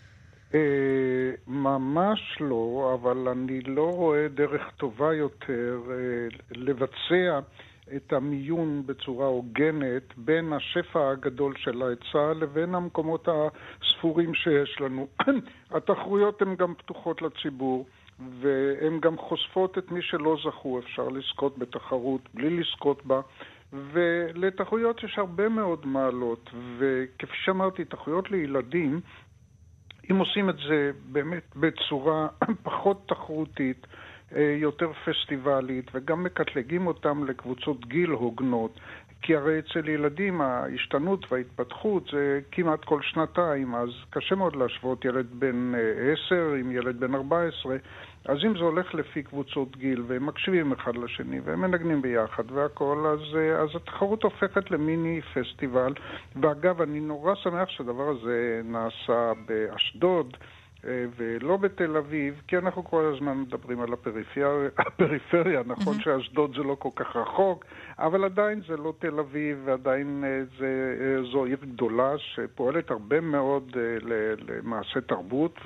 Speaker 6: ממש לא, אבל אני לא רואה דרך טובה יותר לבצע את המיון בצורה הוגנת בין השפע הגדול של ההיצע לבין המקומות הספורים שיש לנו. התחרויות הן גם פתוחות לציבור, והן גם חושפות את מי שלא זכו. אפשר לזכות בתחרות בלי לזכות בה, ולתחרויות יש הרבה מאוד מעלות, וכפי שאמרתי, תחרויות לילדים, אם עושים את זה באמת בצורה פחות תחרותית, יותר פסטיבלית, וגם מקטלגים אותם לקבוצות גיל הוגנות, כי הרי אצל ילדים ההשתנות וההתפתחות זה כמעט כל שנתיים, אז קשה מאוד להשוות ילד בן 10 עם ילד בן 14, אז אם זה הולך לפי קבוצות גיל, והם מקשיבים אחד לשני, והם מנגנים ביחד והכל, אז התחרות הופכת למיני פסטיבל. ואגב, אני נורא שמח שהדבר הזה נעשה באשדוד, ולא בתל אביב, כי אנחנו כל הזמן מדברים על הפריפריה, נכון שאשדוד זה לא כל כך רחוק, אבל עדיין זה לא תל אביב, ועדיין זו עיר גדולה שפועלת הרבה מאוד למעשה תרבות,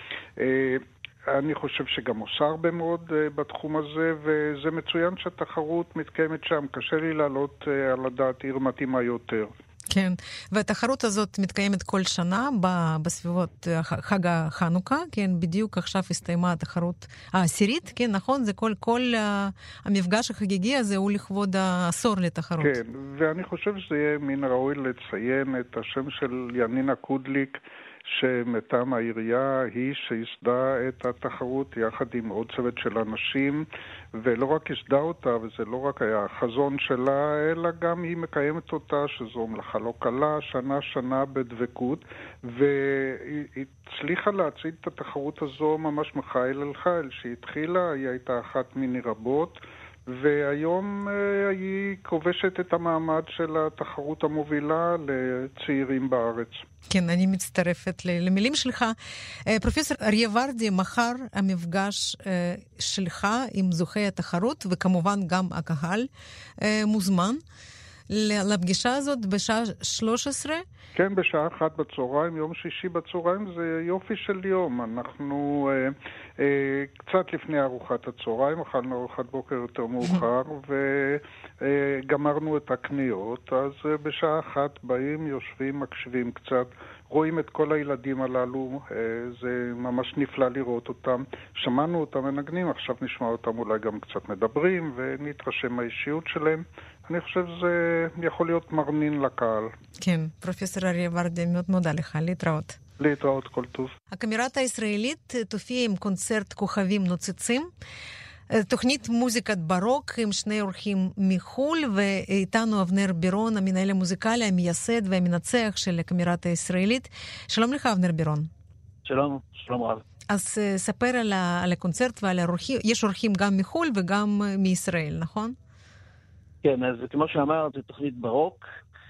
Speaker 6: ואני חושב שגם עושה הרבה מאוד בתחום הזה, וזה מצוין שהתחרות מתקיימת שם. קשה לי לעלות על הדעת עיר מתאימה יותר.
Speaker 2: כן, והתחרות הזאת מתקיימת כל שנה בסביבות חג החנוכה, כן, בדיוק עכשיו הסתיימה התחרות העשירית, כן, נכון? זה כל המפגש החגיגי הזה הוא לכבוד העשור לתחרות.
Speaker 6: כן, ואני חושב שזה יהיה מן ראוי לציין את השם של ינינה קודליק, שמטעם העירייה היא שיסדה את התחרות יחד עם עוד צוות של אנשים, ולא רק יסדה אותה, וזה לא רק היה החזון שלה, אלא גם היא מקיימת אותה, שזו מלאכה לא קלה, שנה בדבקות, והיא הצליחה להציג את התחרות הזו ממש מחיל אל חיל, שהתחילה, היא הייתה אחת מיני רבות, והיום היא כובשת את המעמד של התחרות המובילה לצעירים בארץ.
Speaker 2: כן, אני מצטרפת למילים שלך. פרופסור אריה ורדי, מחר המפגש שלך עם זוכי התחרות, וכמובן גם הקהל מוזמן לפגישה הזאת בשעה 13?
Speaker 6: כן, בשעה 1 בצהריים, יום שישי בצהריים, זה יופי של יום. אנחנו קצת לפני ארוחת הצהריים, אכלנו ארוחת בוקר יותר מאוחר, וגמרנו את הקניות, אז בשעה 1 באים, יושבים, מקשיבים קצת, רואים את כל הילדים הללו, זה ממש נפלא לראות אותם. שמענו אותם מנגנים, עכשיו נשמע אותם אולי גם קצת מדברים, ונתרשם מהאישיות שלהם. אני חושב שזה יכול להיות מרנין לקהל.
Speaker 2: כן, פרופסור אריה ורדי, מאוד מודה לך, להתראות.
Speaker 6: להתראות, כל טוב.
Speaker 2: הקאמרטה הישראלית תופיע עם קונצרט כוכבים נוצצים, תוכנית מוזיקת ברוק עם שני אורחים מחול, ואיתנו אבנר בירון, המנהל המוזיקלי, המייסד והמנצח של הקאמרטה הישראלית. שלום לך, אבנר בירון.
Speaker 7: שלום, שלום רב.
Speaker 2: אז ספר על הקונצרט ועל האורחים. יש אורחים גם מחול וגם מישראל, נכון?
Speaker 7: כן, אז כמו שאמרת, זו תוכנית ברוק,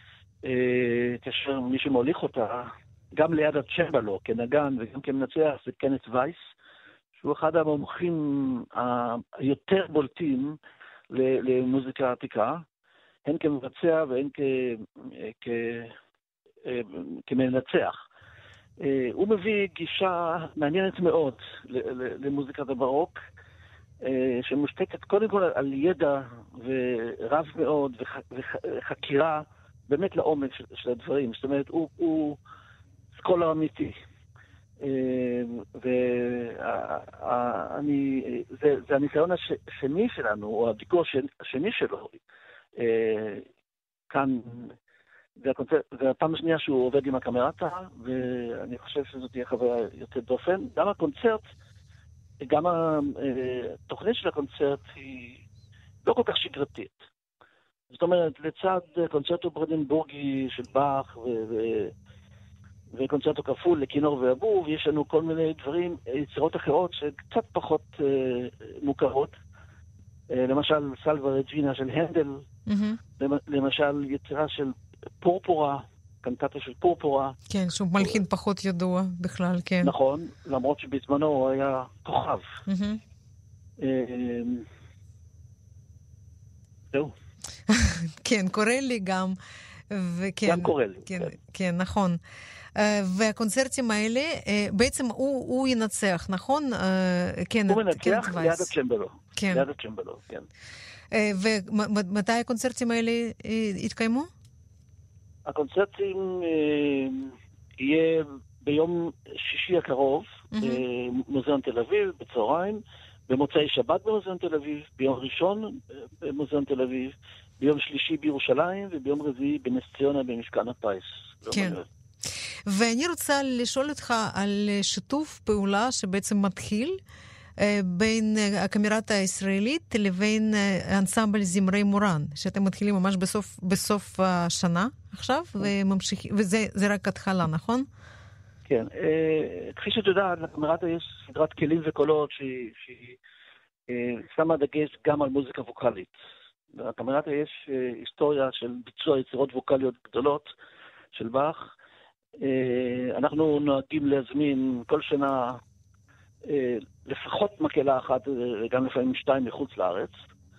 Speaker 7: כאשר מי שמוליך אותה, גם ליד הצ'מבלו, כנגן וגם כמנצח, זה קנת וייס, שהוא אחד המומחים היותר בולטים למוזיקה עתיקה, הן כמבצע והן כמנצח. הוא מביא גישה מעניינת מאוד למוזיקת הברוק, שמושתתת קודם כל על ידע ורב מאוד וחקירה באמת לעומק של הדברים. זאת אומרת, הוא הפסקול האמיתי. זה הניסיון השני שלנו, או הביקור השני שלו, כאן, והפעם השנייה שהוא עובד עם הקמרטה, ואני חושב שזאת תהיה חוויה יותר דופן. גם הקונצרט, גם התוכנית של הקונצרט היא לא כל כך שגרתית. זאת אומרת, לצד קונצרטו ברנדנבורגי של באך וקונצרטו כפול לכינור ואבוב, יש לנו כל מיני דברים, יצירות אחרות שקצת פחות מוכרות. למשל, סלווה רג'ינה של הנדל, למשל, יצירה של פורפורה, קנטטה של פורפורה.
Speaker 2: כן, שהוא מלחין פחות ידוע בכלל, כן.
Speaker 7: נכון, למרות שבזמנו הוא היה כוכב. זהו.
Speaker 2: כן, קורא לי גם.
Speaker 7: גם קורא לי.
Speaker 2: כן, נכון. והקונצרטים האלה, בעצם הוא ינצח, נכון?
Speaker 7: הוא מנצח ליד הצ'מבלו. ליד הצ'מבלו, כן.
Speaker 2: ומתי הקונצרטים האלה יתקיימו?
Speaker 7: הקונצרטים יהיה ביום שישי הקרוב, במוזיאון תל אביב, בצהריים, במוצאי שבת במוזיאון תל אביב, ביום ראשון במוזיאון תל אביב, ביום שלישי בירושלים, וביום רביעי בנס ציונה במשכן הפיס.
Speaker 2: כן. ואני רוצה לשאול אותך על שיתוף פעולה שבעצם מתחיל בין הקמרטה הישראלית לבין אנסמבל זמרי מורן, שאתם מתחילים ממש בסוף השנה עכשיו, וממשיכים, וזה רק התחלה, נכון?
Speaker 7: כן. כפי שאת יודעת, לקמרטה יש סדרת כלים וקולות שהיא שמה דגש גם על מוזיקה ווקלית. לקמרטה יש היסטוריה של ביצוע יצירות ווקליות גדולות של באך. אנחנו נוהגים להזמין כל שנה לפחות מקהלה אחת, גם לפעמים 2 מחוץ לארץ,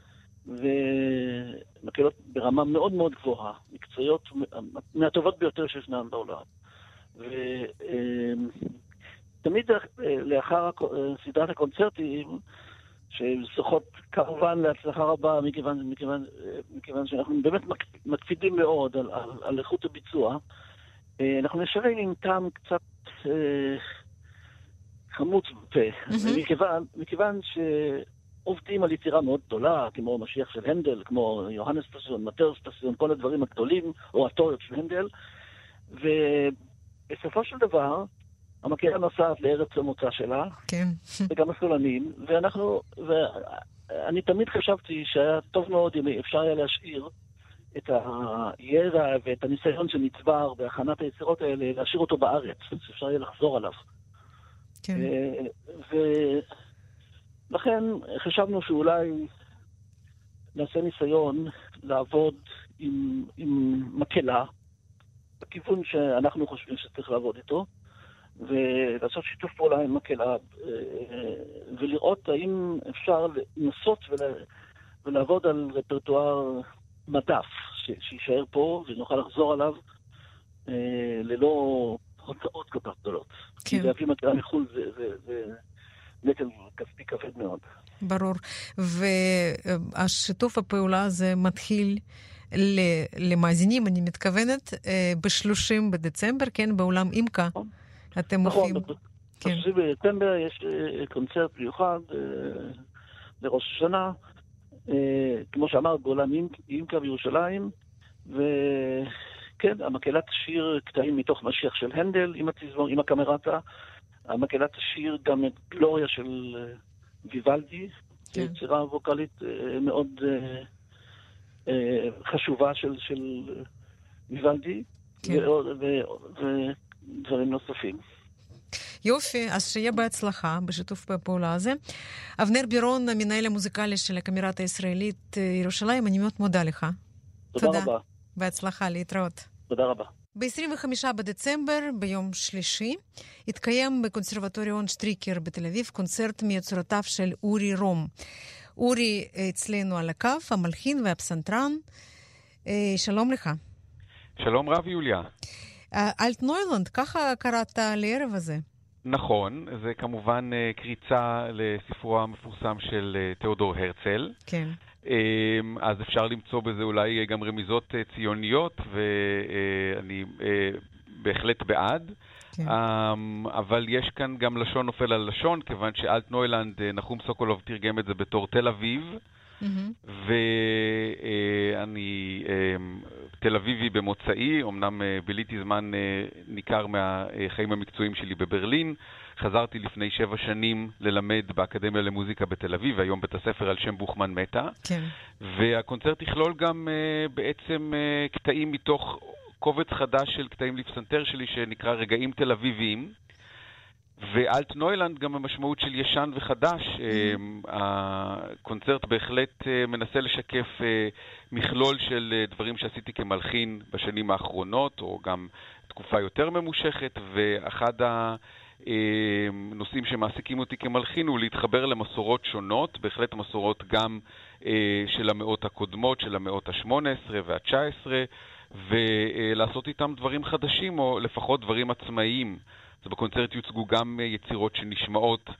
Speaker 7: ומקהלות ברמה מאוד מאוד גבוהה, מקצועיות מהטובות ביותר שישנן בעולם. ותמיד לאחר סדרת הקונצרטים, שזוכות כמובן להצלחה רבה, מכיוון שאנחנו באמת מקפידים מאוד על איכות הביצוע, אנחנו נשארים עם טעם קצת חמוץ בפה, מכיוון שעובדים על יצירה מאוד גדולה, כמו משיח של הנדל, כמו יוהנס פסיון, מטרס פסיון, כל הדברים הגדולים, אורטוריות של הנדל, ובסופו של דבר, המקהלה נוסעת לארץ המוצא שלה,
Speaker 2: כן.
Speaker 7: וגם הסולנים, ואני תמיד חשבתי שהיה טוב מאוד אם אפשר היה להשאיר את הידע ואת הניסיון שנצבר בהכנת היצירות האלה, להשאיר אותו בארץ, שאפשר יהיה לחזור עליו.
Speaker 2: כן.
Speaker 7: ולכן חשבנו שאולי נעשה ניסיון לעבוד עם מקהלה, בכיוון שאנחנו חושבים שצריך לעבוד איתו, ולעשות שיתוף פעולה עם מקהלה, ולראות האם אפשר לנסות ולעבוד על רפרטואר מדף, שישאר פה ונוכל לחזור עליו ללא הוצאות כל כך גדולות.
Speaker 2: כן.
Speaker 7: כי להביא מקהלה מחו"ל זה נטל כספי כבד מאוד.
Speaker 2: ברור. והשיתוף הפעולה הזה מתחיל למאזינים, אני מתכוונת, ב-30 בדצמבר, כן, באולם אימקה. אתם מופיעים.
Speaker 7: נכון, ב-30 בדצמבר יש קונצרט מיוחד לראש השנה, כמו שאמרת, באולם אימקה בירושלים, וכן, המקהלה תשיר קטעים מתוך משיח של הנדל עם הקמרטה, המקהלה תשיר גם את גלוריה של ויוולדי, יצירה ווקלית מאוד חשובה של ויוולדי, ודברים נוספים.
Speaker 2: יופי, אז שיהיה בהצלחה בשיתוף הפעולה הזה. אבנר בירון, המנהל המוזיקלי של הקמרטה הישראלית ירושלים, אני מאוד מודה לך.
Speaker 7: תודה רבה.
Speaker 2: בהצלחה, להתראות.
Speaker 7: תודה רבה.
Speaker 2: ב-25 בדצמבר, ביום שלישי, התקיים בקונסרבטוריון שטריקר בתל אביב קונצרט מיוצרותיו של אורי רום. אורי אצלנו על הקו, המלחין והפסנתרן. שלום לך.
Speaker 8: שלום רב יוליה.
Speaker 2: אלטנוילנד, ככה קראת לערב הזה.
Speaker 8: נכון, זה כמובן קריצה לספרו המפורסם של תיאודור הרצל.
Speaker 2: כן.
Speaker 8: אז אפשר למצוא בזה אולי גם רמיזות ציוניות, ואני בהחלט בעד.
Speaker 2: כן.
Speaker 8: אבל יש כאן גם לשון נופל על לשון, כיוון שאלט נוילנד, נחום סוקולוב תרגם את זה בתור תל אביב, ואני תל אביבי במוצאי, אמנם ביליתי זמן ניכר מהחיים המקצועיים שלי בברלין, חזרתי לפני 7 שנים ללמד באקדמיה למוזיקה בתל אביב, והיום בית הספר על שם בוכמן מטה.
Speaker 2: כן.
Speaker 8: והקונצרט יכלול גם בעצם קטעים מתוך קובץ חדש של קטעים לפסנתר שלי שנקרא רגעים תל אביביים. ואלט נוילנד גם המשמעות של ישן וחדש. הקונצרט בהחלט מנסה לשקף מכלול של דברים שעשיתי כמלחין בשנים האחרונות, או גם תקופה יותר ממושכת, ואחד הנושאים שמעסיקים אותי כמלחין הוא להתחבר למסורות שונות, בהחלט מסורות גם של המאות הקודמות, של המאות ה-18 וה-19, ולעשות איתם דברים חדשים, או לפחות דברים עצמאיים. אז בקונצרט יוצגו גם יצירות שנשמעות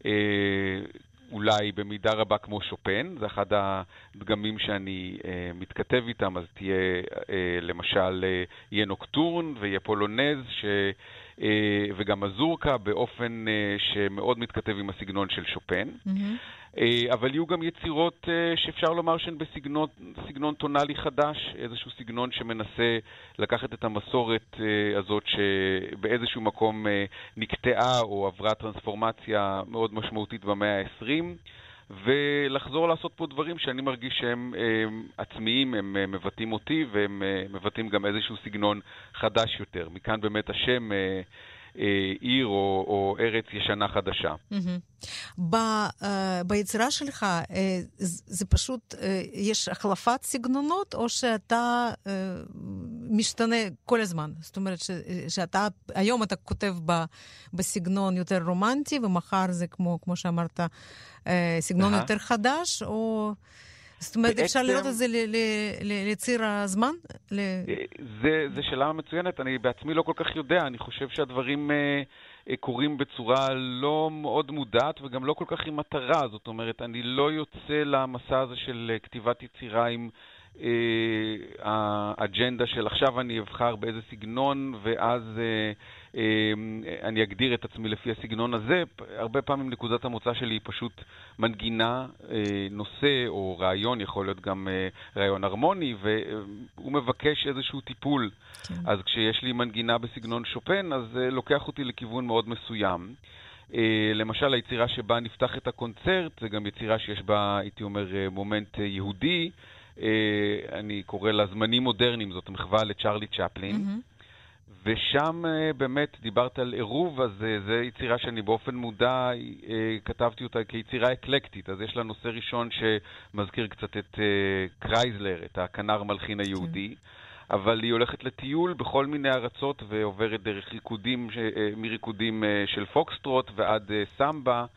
Speaker 8: אולי במידה רבה כמו שופן, זה אחד הדגמים שאני מתכתב איתם, אז תהיה למשל יהיה נוקטורן ויהיה פולונז וגם מזורקה באופן שמאוד מתכתב עם הסגנון של שופן. אבל יהיו גם יצירות שאפשר לומר שהן בסגנון טונלי חדש, איזשהו סגנון שמנסה לקחת את המסורת הזאת שבאיזשהו מקום נקטעה או עברה טרנספורמציה מאוד משמעותית במאה ה-20, ולחזור לעשות פה דברים שאני מרגיש שהם עצמיים, הם מבטאים אותי והם מבטאים גם איזשהו סגנון חדש יותר. מכאן באמת השם עיר או ארץ ישנה חדשה.
Speaker 2: ביצירה שלך זה פשוט, יש החלפת סגנונות, או שאתה משתנה כל הזמן? זאת אומרת שאתה, היום אתה כותב בסגנון יותר רומנטי, ומחר זה כמו שאמרת, סגנון יותר חדש, או... זאת אומרת, אפשר לראות את זה לציר הזמן?
Speaker 8: זה שאלה מצוינת, אני בעצמי לא כל כך יודע, אני חושב שהדברים קורים בצורה לא מאוד מודעת וגם לא כל כך עם מטרה, זאת אומרת, אני לא יוצא למסע הזה של כתיבת יצירה עם האג'נדה של עכשיו אני אבחר באיזה סגנון ואז אני אגדיר את עצמי לפי הסגנון הזה. הרבה פעמים נקודת המוצא שלי היא פשוט מנגינה, נושא או רעיון, יכול להיות גם רעיון הרמוני, והוא מבקש איזשהו טיפול. כן. אז כשיש לי מנגינה בסגנון שופן, אז לוקח אותי לכיוון מאוד מסוים. למשל, היצירה שבה נפתח את הקונצרט, זה גם יצירה שיש בה, הייתי אומר, מומנט יהודי, אני קורא לה זמנים מודרניים, זאת מחווה לצ'רלי צ'פלין. ושם באמת דיברת על עירוב, אז זו יצירה שאני באופן מודע כתבתי אותה כיצירה אקלקטית. אז יש לה נושא ראשון שמזכיר קצת את קרייזלר, את הכנר מלחין היהודי, אבל היא הולכת לטיול בכל מיני ארצות ועוברת דרך ריקודים, מריקודים של פוקסטרוט ועד סמבה,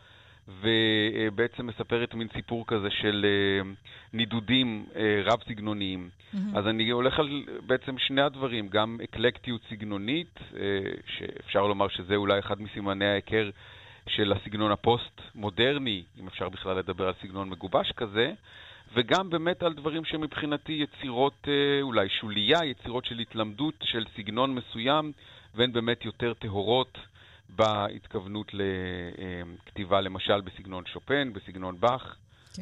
Speaker 8: ובעצם מספרת מין סיפור כזה של נידודים רב סגנוניים. אז אני הולך על בעצם שני הדברים, גם אקלקטיות סגנונית, שאפשר לומר שזה אולי אחד מסימני ההיכר של הסגנון הפוסט-מודרני, אם אפשר בכלל לדבר על סגנון מגובש כזה, וגם באמת על דברים שמבחינתי יצירות אולי שוליה, יצירות של התלמדות של סגנון מסוים, והן באמת יותר טהורות בהתכוונות לכתיבה, למשל בסגנון שופן, בסגנון באך. כן.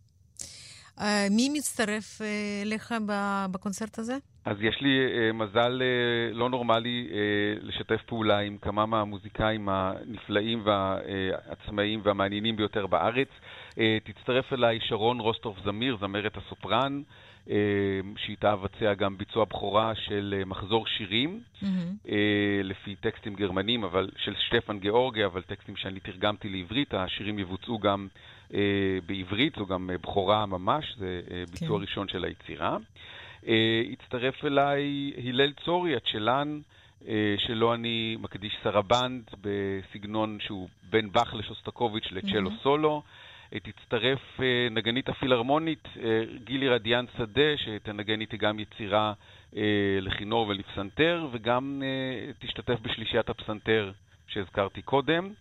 Speaker 2: מי מצטרף לך בקונצרט הזה?
Speaker 8: אז יש לי מזל לא נורמלי לשתף פעולה עם כמה מהמוזיקאים הנפלאים והעצמאיים והמעניינים ביותר בארץ. תצטרף אליי שרון רוסטוב זמיר, זמרת הסופרן, שאיתה אבצע גם ביצוע בכורה של מחזור שירים, לפי טקסטים גרמנים, אבל של שטפן גיאורגי, אבל טקסטים שאני תרגמתי לעברית. השירים יבוצעו גם בעברית, זו גם בכורה ממש, זה ביצוע ראשון של היצירה. הצטרף אליי הלל צורי, הצ'לן, שלו אני מקדיש סרבנד בסגנון שהוא בין באך לשוסטקוביץ' לצ'לו סולו. תצטרף נגנית הפילהרמונית גילי רדיאן שדה, שתנגן איתי גם יצירה לכינור ולפסנתר, וגם תשתתף בשלישיית הפסנתר שהזכרתי קודם.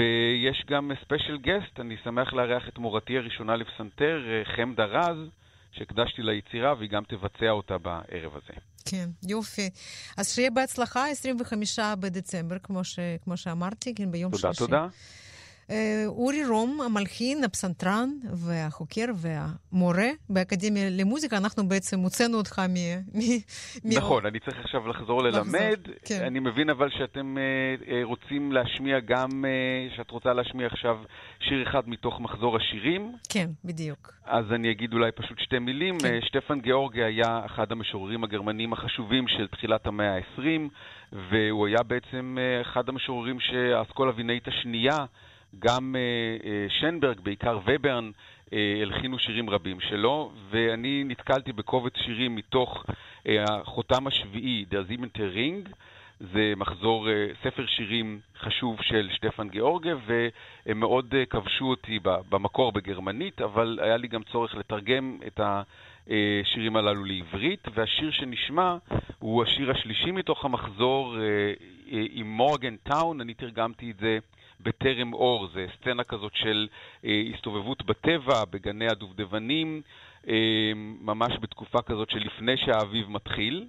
Speaker 8: ויש גם ספיישל גסט, אני שמח לארח את מורתי הראשונה לפסנתר, חמדה רז, שהקדשתי ליצירה, והיא גם תבצע אותה בערב הזה.
Speaker 2: כן, יופי. אז שיהיה בהצלחה, 25 בדצמבר, כמו שאמרתי, כן, ביום שלישי.
Speaker 8: תודה.
Speaker 2: אורי רום, המלחין, הפסנתרן והחוקר והמורה באקדמיה למוזיקה, אנחנו בעצם מוצאנו אותך
Speaker 8: נכון, אני צריך עכשיו לחזור ללמד. כן. אני מבין אבל שאתם רוצים להשמיע גם, שאת רוצה להשמיע עכשיו שיר אחד מתוך מחזור השירים.
Speaker 2: כן, בדיוק.
Speaker 8: אז אני אגיד אולי פשוט שתי מילים. כן. שטפן גיאורגי היה אחד המשוררים הגרמנים החשובים של תחילת המאה ה-20, והוא היה בעצם אחד המשוררים שהאסכולה וינאית השנייה, גם שנברג, בעיקר וברן, הלחינו שירים רבים שלו, ואני נתקלתי בקובץ שירים מתוך החותם השביעי, Der Siebente Ring, זה מחזור ספר שירים חשוב של שטפן גיאורגי, והם מאוד כבשו אותי במקור בגרמנית, אבל היה לי גם צורך לתרגם את השירים הללו לעברית, והשיר שנשמע הוא השיר השלישי מתוך המחזור, עם מורגן טאון. אני תרגמתי את זה בטרם אור, זה סצנה כזאת של הסתובבות בטבע, בגני הדובדבנים, ממש בתקופה כזאת שלפני שהאביב מתחיל.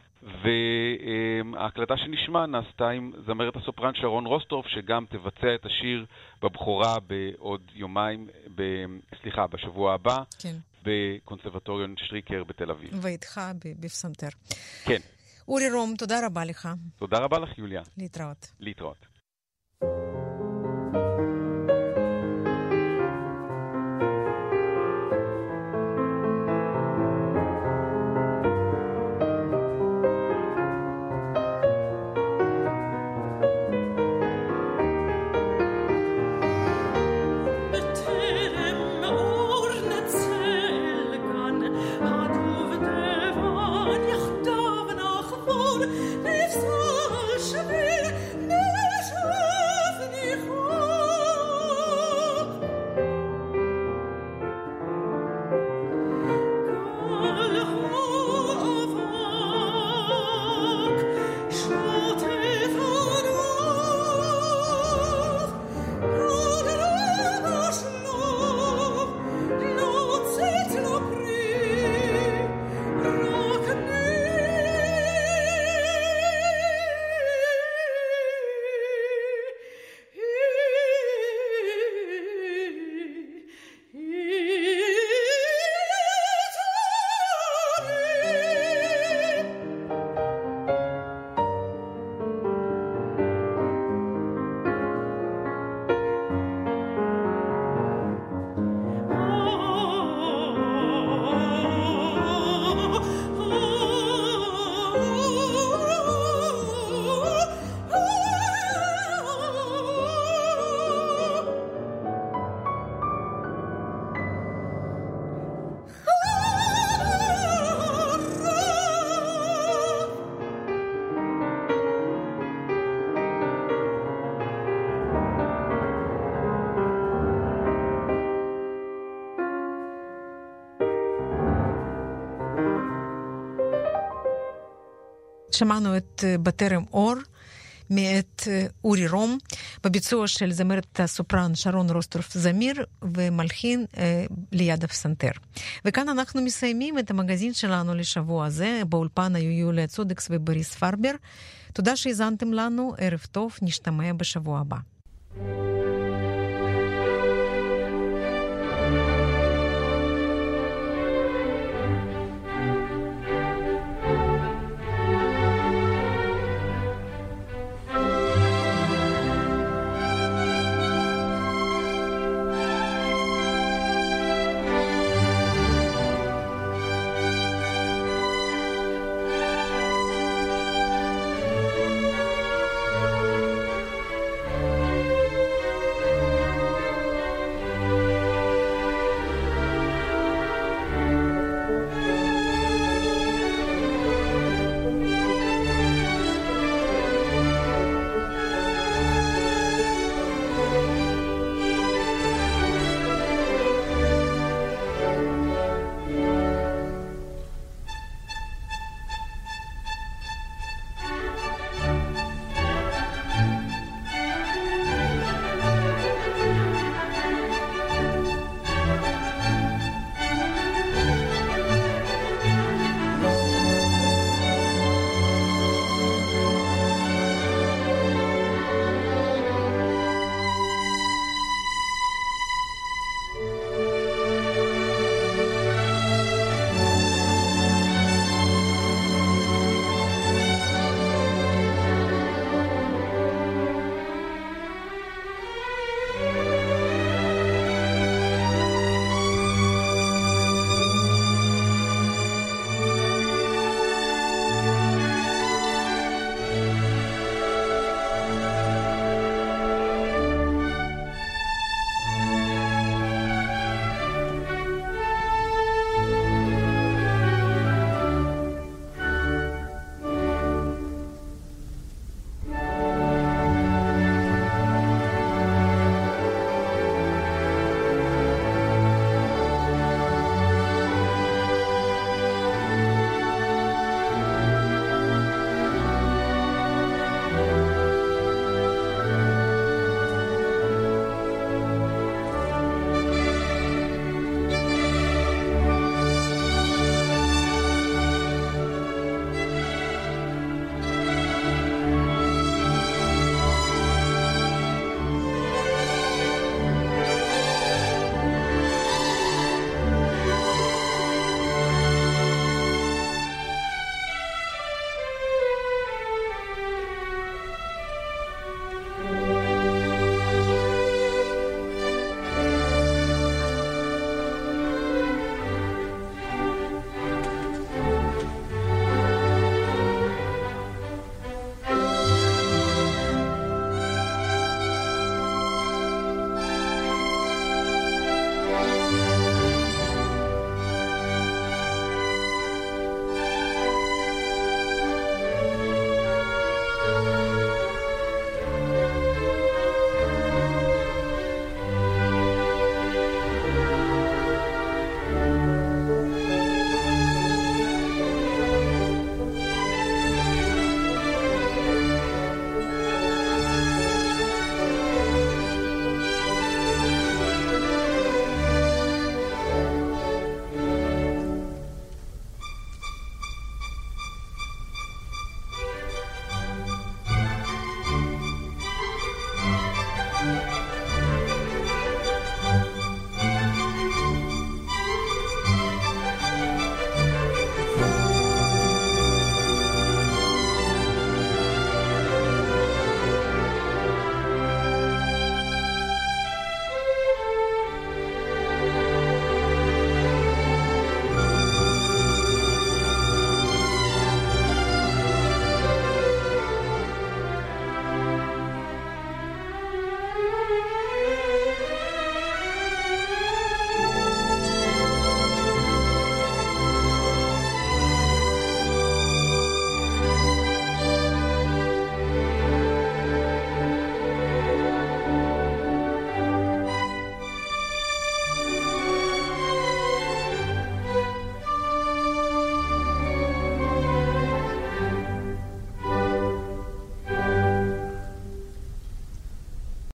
Speaker 8: וההקלטה שנשמע נעשתה עם זמרת הסופרן שרון רוסטרוף, שגם תבצע את השיר בבחורה בעוד יומיים, בשבוע הבא, כן. בקונסרבטוריון שטריקר בתל אביב.
Speaker 2: ואיתך בפסנתר.
Speaker 8: כן.
Speaker 2: אורי רום, תודה רבה לך.
Speaker 8: תודה רבה לך, יוליה.
Speaker 2: להתראות.
Speaker 8: להתראות.
Speaker 2: שמענו את בטרם אור מאת אורי רום, בביצוע של זמרת הסופרן שרון רוסטרוף זמיר ומלחין ליד הפסנתר. וכאן אנחנו מסיימים את המגזין שלנו לשבוע הזה. באולפן היו יוליה צודקס ובריס פרבר. תודה שהזנתם לנו, ערב טוב, נשתמע בשבוע הבא.